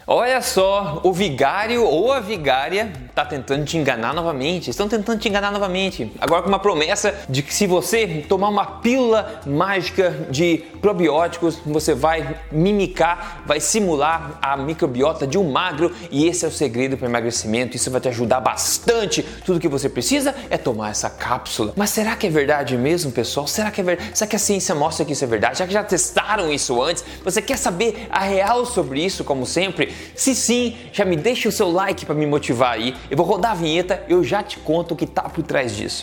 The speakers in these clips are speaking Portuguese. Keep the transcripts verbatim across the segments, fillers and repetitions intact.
Olha só, o vigário ou a vigária tá tentando te enganar novamente, estão tentando te enganar novamente. Agora com uma promessa de que se você tomar uma pílula mágica de probióticos, você vai mimicar, vai simular a microbiota de um magro e esse é o segredo para emagrecimento. Isso vai te ajudar bastante. Tudo que você precisa é tomar essa cápsula. Mas será que é verdade mesmo, pessoal? Será que é verdade? Será que a ciência mostra que isso é verdade? Será que já testaram isso antes? Você quer saber a real sobre isso, como sempre? Se sim, já me deixa o seu like para me motivar aí. Eu vou rodar a vinheta e eu já te conto o que tá por trás disso.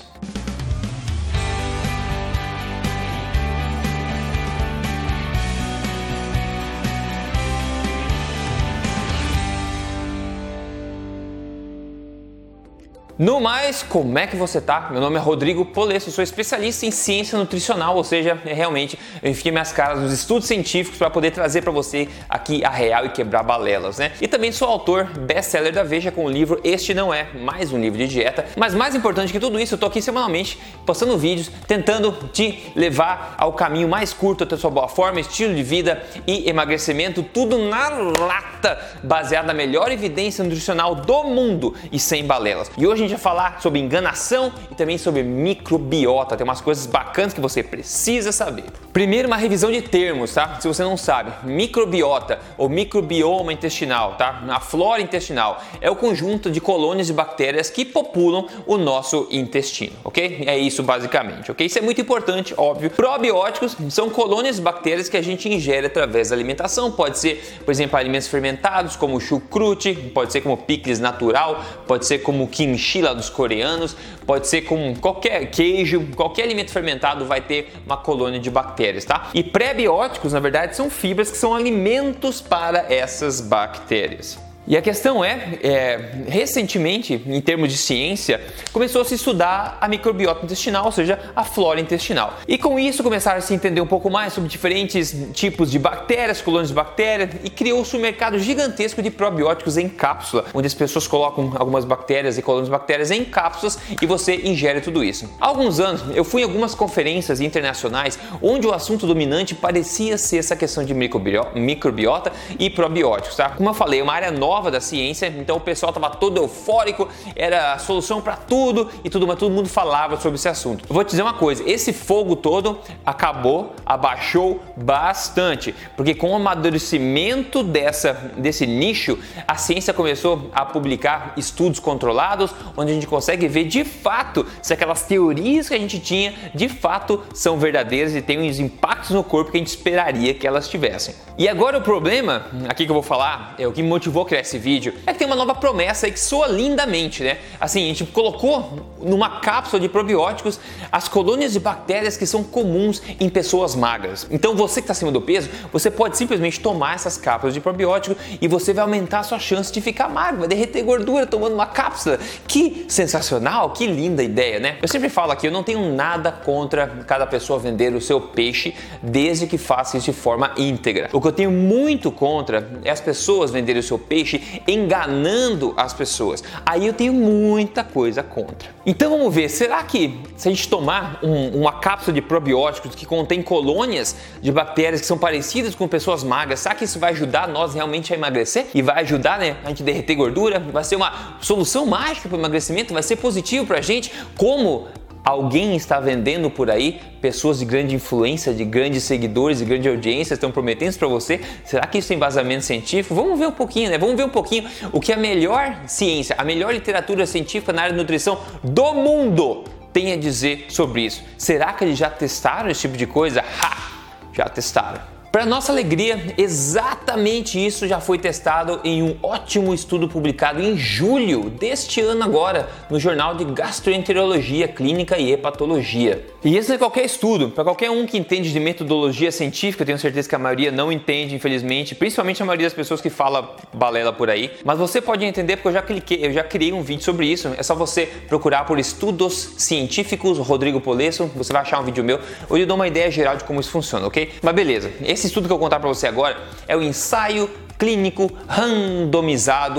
No mais, como é que você tá? Meu nome é Rodrigo Polesso, sou especialista em ciência nutricional, ou seja, realmente eu enfiei minhas caras nos estudos científicos para poder trazer para você aqui a real e quebrar balelas, né? E também sou autor best-seller da Veja com o livro Este Não É, mais um livro de dieta. Mas mais importante que tudo isso, eu tô aqui semanalmente postando vídeos, tentando te levar ao caminho mais curto até a sua boa forma, estilo de vida e emagrecimento, tudo na lata, baseado na melhor evidência nutricional do mundo e sem balelas. E hoje a gente vai falar sobre enganação e também sobre microbiota. Tem umas coisas bacanas que você precisa saber. Primeiro, uma revisão de termos, tá? Se você não sabe, microbiota ou microbioma intestinal, tá? A flora intestinal é o conjunto de colônias de bactérias que populam o nosso intestino, ok? É isso basicamente, ok? Isso é muito importante, óbvio. Probióticos são colônias de bactérias que a gente ingere através da alimentação. Pode ser, por exemplo, alimentos fermentados como chucrute, pode ser como picles natural, pode ser como kimchi lá dos coreanos, pode ser com qualquer queijo, qualquer alimento fermentado vai ter uma colônia de bactérias, tá? E pré-bióticos, na verdade, são fibras que são alimentos para essas bactérias. E a questão é, é, recentemente, em termos de ciência, começou a se estudar a microbiota intestinal, ou seja, a flora intestinal. E com isso começaram a se entender um pouco mais sobre diferentes tipos de bactérias, colônias de bactérias, e criou-se um mercado gigantesco de probióticos em cápsula, onde as pessoas colocam algumas bactérias e colônias de bactérias em cápsulas e você ingere tudo isso. Há alguns anos eu fui em algumas conferências internacionais onde o assunto dominante parecia ser essa questão de microbiota e probióticos, tá? Como eu falei, é uma área nova da ciência, então o pessoal estava todo eufórico, era a solução para tudo e tudo, mas todo mundo falava sobre esse assunto. Eu vou te dizer uma coisa, esse fogo todo acabou, abaixou bastante, porque com o amadurecimento dessa, desse nicho, a ciência começou a publicar estudos controlados, onde a gente consegue ver de fato se aquelas teorias que a gente tinha, de fato são verdadeiras e têm os impactos no corpo que a gente esperaria que elas tivessem. E agora o problema, aqui que eu vou falar, é o que me motivou a criar esse vídeo, é que tem uma nova promessa aí que soa lindamente, né? Assim, a gente colocou numa cápsula de probióticos as colônias de bactérias que são comuns em pessoas magras. Então você que está acima do peso, você pode simplesmente tomar essas cápsulas de probiótico e você vai aumentar a sua chance de ficar magro, vai derreter gordura tomando uma cápsula. Que sensacional, que linda ideia, né? Eu sempre falo aqui, eu não tenho nada contra cada pessoa vender o seu peixe desde que faça isso de forma íntegra. O que eu tenho muito contra é as pessoas venderem o seu peixe enganando as pessoas. Aí eu tenho muita coisa contra. Então vamos ver, será que se a gente tomar um, uma cápsula de probióticos que contém colônias de bactérias que são parecidas com pessoas magras, será que isso vai ajudar nós realmente a emagrecer? E vai ajudar, né, a gente derreter gordura? Vai ser uma solução mágica para o emagrecimento? Vai ser positivo para a gente? Como alguém está vendendo por aí, pessoas de grande influência, de grandes seguidores, de grande audiência estão prometendo isso para você? Será que isso tem embasamento científico? Vamos ver um pouquinho, né? Vamos ver um pouquinho o que a melhor ciência, a melhor literatura científica na área de nutrição do mundo tem a dizer sobre isso. Será que eles já testaram esse tipo de coisa? Ha! Já testaram. Para nossa alegria, exatamente isso já foi testado em um ótimo estudo publicado em julho deste ano agora, no Jornal de Gastroenterologia Clínica e Hepatologia. E esse não é qualquer estudo, para qualquer um que entende de metodologia científica, eu tenho certeza que a maioria não entende, infelizmente, principalmente a maioria das pessoas que fala balela por aí, mas você pode entender porque eu já cliquei, eu já criei um vídeo sobre isso, é só você procurar por estudos científicos Rodrigo Polesso, você vai achar um vídeo meu, onde eu dou uma ideia geral de como isso funciona, ok? Mas beleza, esse estudo que eu vou contar para você agora é o ensaio clínico randomizado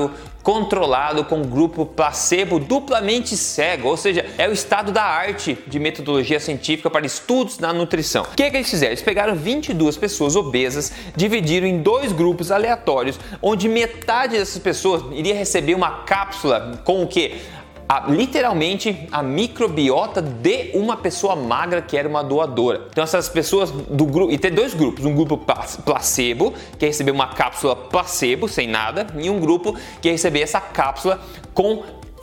controlado com grupo placebo duplamente cego, ou seja, é o estado da arte de metodologia científica para estudos na nutrição. O que é que eles fizeram? Eles pegaram vinte e duas pessoas obesas, dividiram em dois grupos aleatórios, onde metade dessas pessoas iria receber uma cápsula com o quê? A, literalmente a microbiota de uma pessoa magra que era uma doadora. Então essas pessoas do grupo, e tem dois grupos, um grupo placebo, que ia receber uma cápsula placebo sem nada, e um grupo que ia receber essa cápsula com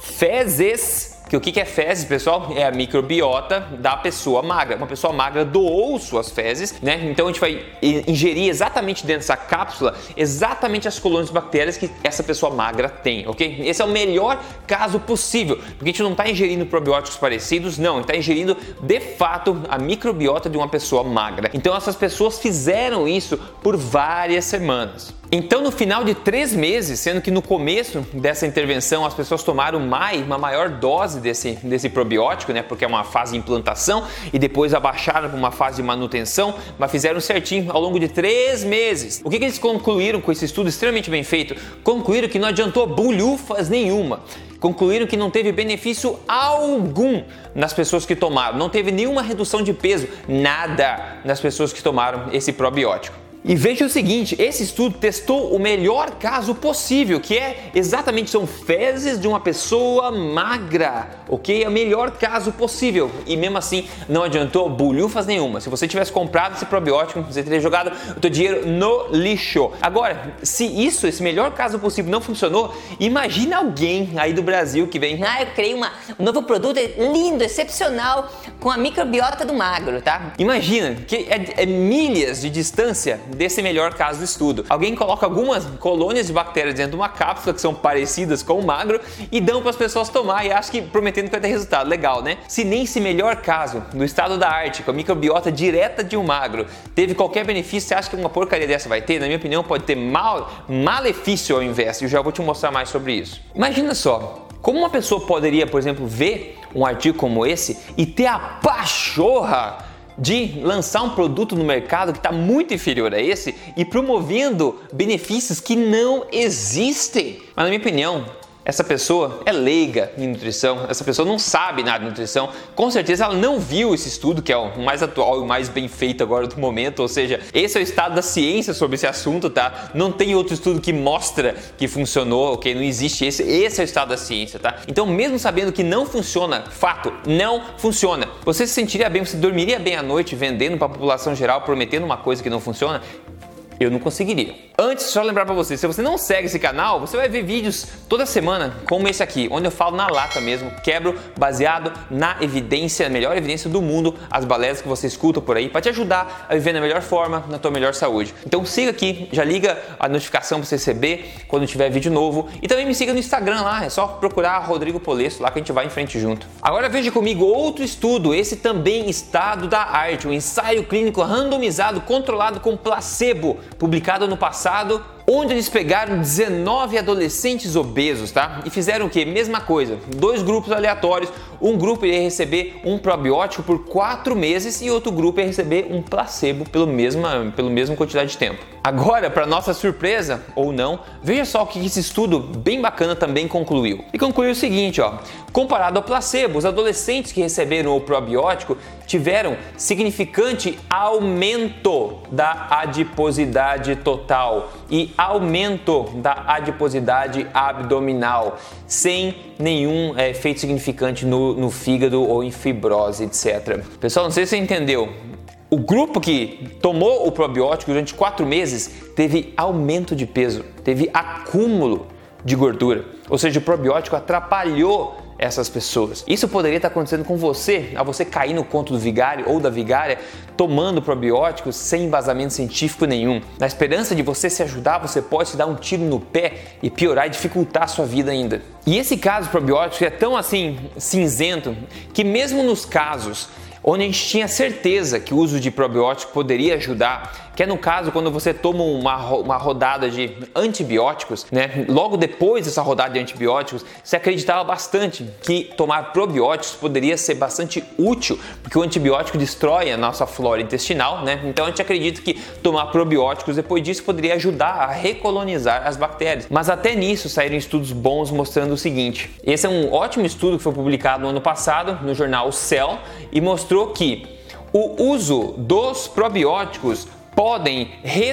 fezes. Que o que é fezes, pessoal? É a microbiota da pessoa magra. Uma pessoa magra doou suas fezes, né? Então a gente vai ingerir exatamente dentro dessa cápsula exatamente as colônias de bactérias que essa pessoa magra tem, ok? Esse é o melhor caso possível, porque a gente não está ingerindo probióticos parecidos, não, está ingerindo de fato a microbiota de uma pessoa magra. Então essas pessoas fizeram isso por várias semanas. Então, no final de três meses, sendo que no começo dessa intervenção as pessoas tomaram mais, uma maior dose desse, desse probiótico, né, porque é uma fase de implantação, e depois abaixaram para uma fase de manutenção, mas fizeram certinho ao longo de três meses. O que, que eles concluíram com esse estudo extremamente bem feito? Concluíram que não adiantou bulhufas nenhuma. Concluíram que não teve benefício algum nas pessoas que tomaram, não teve nenhuma redução de peso, nada nas pessoas que tomaram esse probiótico. E veja o seguinte, esse estudo testou o melhor caso possível, que é exatamente, são fezes de uma pessoa magra, ok? É o melhor caso possível e mesmo assim não adiantou bulhufas nenhuma. Se você tivesse comprado esse probiótico, você teria jogado o seu dinheiro no lixo. Agora, se isso, esse melhor caso possível não funcionou, imagina alguém aí do Brasil que vem, ah, eu criei uma, um novo produto lindo, excepcional, com a microbiota do magro, tá? Imagina que é, é milhas de distância desse melhor caso do estudo. Alguém coloca algumas colônias de bactérias dentro de uma cápsula que são parecidas com o magro e dão para as pessoas tomar e acho que prometendo que vai ter resultado. Legal, né? Se nem esse melhor caso do estado da arte com a microbiota direta de um magro teve qualquer benefício, você acha que uma porcaria dessa vai ter? Na minha opinião, pode ter mal, malefício ao invés. E eu já vou te mostrar mais sobre isso. Imagina só, como uma pessoa poderia, por exemplo, ver um artigo como esse e ter a pachorra de lançar um produto no mercado que está muito inferior a esse e promovendo benefícios que não existem. Mas na minha opinião, essa pessoa é leiga em nutrição, essa pessoa não sabe nada de nutrição, com certeza ela não viu esse estudo, que é o mais atual e o mais bem feito agora do momento, ou seja, esse é o estado da ciência sobre esse assunto, tá? Não tem outro estudo que mostra que funcionou, ok? Não existe esse, esse é o estado da ciência, tá? Então, mesmo sabendo que não funciona, fato, não funciona, você se sentiria bem, você dormiria bem à noite vendendo para a população geral, prometendo uma coisa que não funciona? Eu não conseguiria. Antes, só lembrar pra você, se você não segue esse canal, você vai ver vídeos toda semana como esse aqui, onde eu falo na lata mesmo, quebro baseado na evidência, a melhor evidência do mundo, as balelas que você escuta por aí, para te ajudar a viver na melhor forma, na tua melhor saúde. Então siga aqui, já liga a notificação para você receber quando tiver vídeo novo e também me siga no Instagram lá, é só procurar Rodrigo Polesso lá que a gente vai em frente junto. Agora veja comigo outro estudo, esse também estado da arte, um ensaio clínico randomizado controlado com placebo, publicado no passado, onde eles pegaram dezenove adolescentes obesos, tá? E fizeram o quê? Mesma coisa, dois grupos aleatórios, um grupo ia receber um probiótico por quatro meses e outro grupo ia receber um placebo pelo mesma, pelo mesmo quantidade de tempo. Agora, para nossa surpresa, ou não, veja só o que esse estudo bem bacana também concluiu. E concluiu o seguinte, ó, comparado ao placebo, os adolescentes que receberam o probiótico tiveram significante aumento da adiposidade total e aumento da adiposidade abdominal, sem nenhum é, efeito significante no, no fígado ou em fibrose, etcétera. Pessoal, não sei se você entendeu. O grupo que tomou o probiótico durante quatro meses teve aumento de peso, teve acúmulo de gordura. Ou seja, o probiótico atrapalhou essas pessoas. Isso poderia estar acontecendo com você, a você cair no conto do vigário ou da vigária, tomando probióticos sem embasamento científico nenhum. Na esperança de você se ajudar, você pode se dar um tiro no pé e piorar e dificultar a sua vida ainda. E esse caso probiótico é tão assim cinzento que mesmo nos casos onde a gente tinha certeza que o uso de probiótico poderia ajudar que é no caso quando você toma uma, uma rodada de antibióticos, né? Logo depois dessa rodada de antibióticos, se acreditava bastante que tomar probióticos poderia ser bastante útil, porque o antibiótico destrói a nossa flora intestinal, né? Então a gente acredita que tomar probióticos depois disso poderia ajudar a recolonizar as bactérias. Mas até nisso saíram estudos bons mostrando o seguinte. Esse é um ótimo estudo que foi publicado no ano passado no jornal Cell e mostrou que o uso dos probióticos podem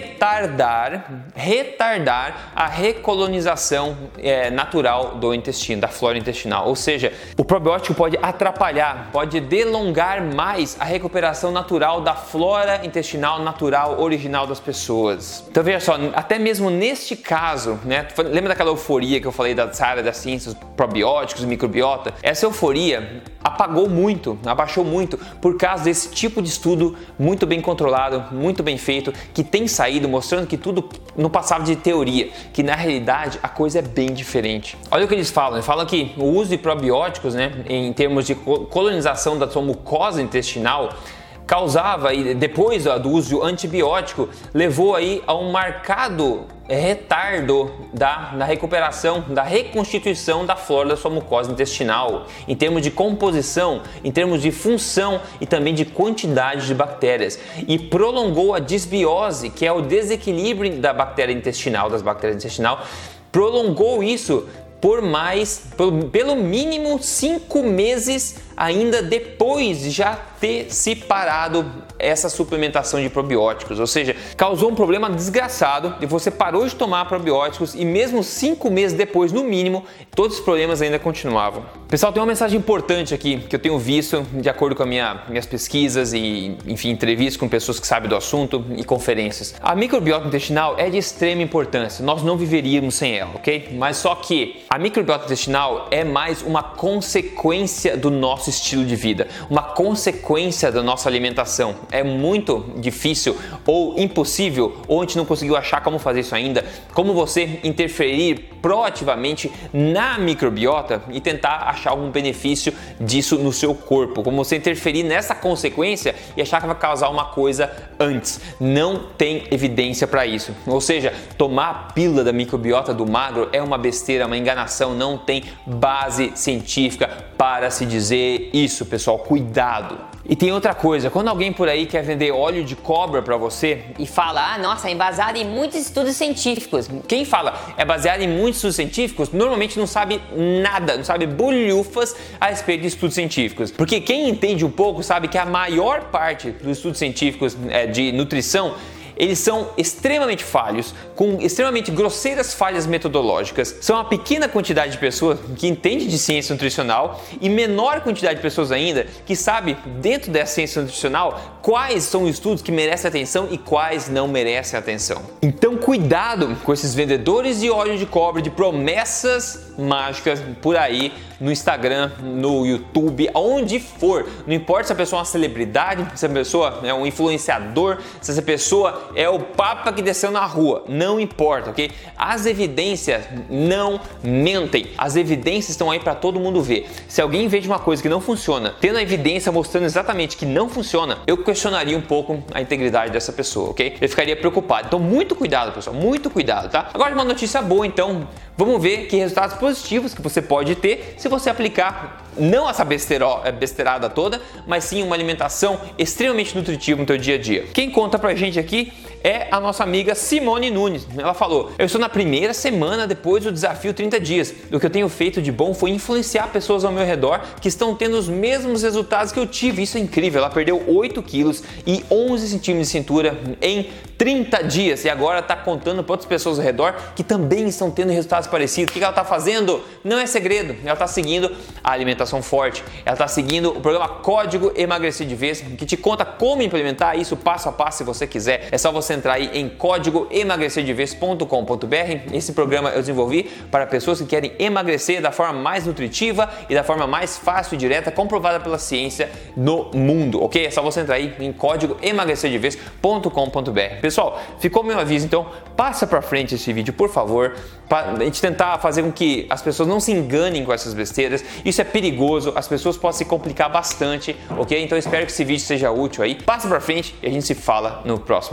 retardar, retardar a recolonização é, natural do intestino, da flora intestinal. Ou seja, o probiótico pode atrapalhar, pode delongar mais a recuperação natural da flora intestinal natural original das pessoas. Então veja só, até mesmo neste caso, né? Lembra daquela euforia que eu falei da área das ciências, probióticos, microbiota? Essa euforia apagou muito, abaixou muito por causa desse tipo de estudo muito bem controlado, muito bem feito, que tem saído mostrando que tudo não passava de teoria, que na realidade a coisa é bem diferente. Olha o que eles falam, eles falam que o uso de probióticos, né, em termos de colonização da sua mucosa intestinal, causava, e depois do uso antibiótico, levou aí a um marcado retardo da, na recuperação, da reconstituição da flora da sua mucosa intestinal, em termos de composição, em termos de função e também de quantidade de bactérias, e prolongou a disbiose, que é o desequilíbrio da bactéria intestinal, das bactérias intestinal, prolongou isso por mais, pelo, pelo mínimo cinco meses ainda depois de já ter se parado essa suplementação de probióticos, ou seja, causou um problema desgraçado e você parou de tomar probióticos e mesmo cinco meses depois, no mínimo, todos os problemas ainda continuavam. Pessoal, tem uma mensagem importante aqui que eu tenho visto de acordo com as minha, minhas pesquisas e, enfim, entrevistas com pessoas que sabem do assunto e conferências. A microbiota intestinal é de extrema importância, nós não viveríamos sem ela, ok? Mas só que a microbiota intestinal é mais uma consequência do nosso estilo de vida, uma consequência da nossa alimentação. É muito difícil ou impossível, ou a gente não conseguiu achar como fazer isso ainda, como você interferir proativamente na microbiota e tentar achar algum benefício disso no seu corpo, como você interferir nessa consequência e achar que vai causar uma coisa antes. Não tem evidência para isso. Ou seja, tomar a pílula da microbiota do magro é uma besteira, uma enganação, não tem base científica para se dizer isso, pessoal. Cuidado. E tem outra coisa, quando alguém por aí quer vender óleo de cobra para você e fala, ah, nossa, é baseado em muitos estudos científicos. Quem fala é baseado em muitos estudos científicos, normalmente não sabe nada, não sabe bolhufas a respeito de estudos científicos. Porque quem entende um pouco sabe que a maior parte dos estudos científicos é, de nutrição, eles são extremamente falhos, com extremamente grosseiras falhas metodológicas. São uma pequena quantidade de pessoas que entende de ciência nutricional e menor quantidade de pessoas ainda que sabe, dentro dessa ciência nutricional, quais são os estudos que merecem atenção e quais não merecem atenção. Então cuidado com esses vendedores de óleo de cobre, de promessas mágicas por aí, no Instagram, no YouTube, aonde for. Não importa se a pessoa é uma celebridade, se a pessoa é um influenciador, se essa pessoa é o papa que desceu na rua. Não importa, ok? As evidências não mentem. As evidências estão aí para todo mundo ver. Se alguém vê de uma coisa que não funciona, tendo a evidência mostrando exatamente que não funciona, eu questionaria um pouco a integridade dessa pessoa, ok? Eu ficaria preocupado. Então, muito cuidado, pessoal. Muito cuidado, tá? Agora, uma notícia boa, então. Vamos ver que resultados positivos que você pode ter se você aplicar não essa besteirada toda, mas sim uma alimentação extremamente nutritiva no teu dia a dia. Quem conta pra gente aqui é a nossa amiga Simone Nunes. Ela falou, eu estou na primeira semana depois do desafio trinta dias. O que eu tenho feito de bom foi influenciar pessoas ao meu redor que estão tendo os mesmos resultados que eu tive. Isso é incrível. Ela perdeu oito quilos e onze centímetros de cintura em trinta dias e agora está contando para outras pessoas ao redor que também estão tendo resultados parecidos. O que ela está fazendo? Não é segredo. Ela está seguindo a alimentação forte. Ela está seguindo o programa Código Emagrecer de Vez, que te conta como implementar isso passo a passo se você quiser. É só você entrar aí em código emagrecer de vez ponto com ponto b r. Esse programa eu desenvolvi para pessoas que querem emagrecer da forma mais nutritiva e da forma mais fácil e direta, comprovada pela ciência no mundo, ok? É só você entrar aí em código emagrecer de vez ponto com ponto b r. Pessoal, ficou meu aviso, então passa para frente esse vídeo, por favor, para a gente tentar fazer com que as pessoas não se enganem com essas besteiras. Isso é perigoso, as pessoas podem se complicar bastante, ok? Então eu espero que esse vídeo seja útil aí. Passa para frente e a gente se fala no próximo vídeo. Até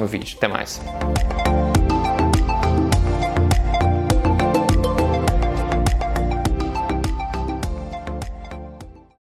Até mais.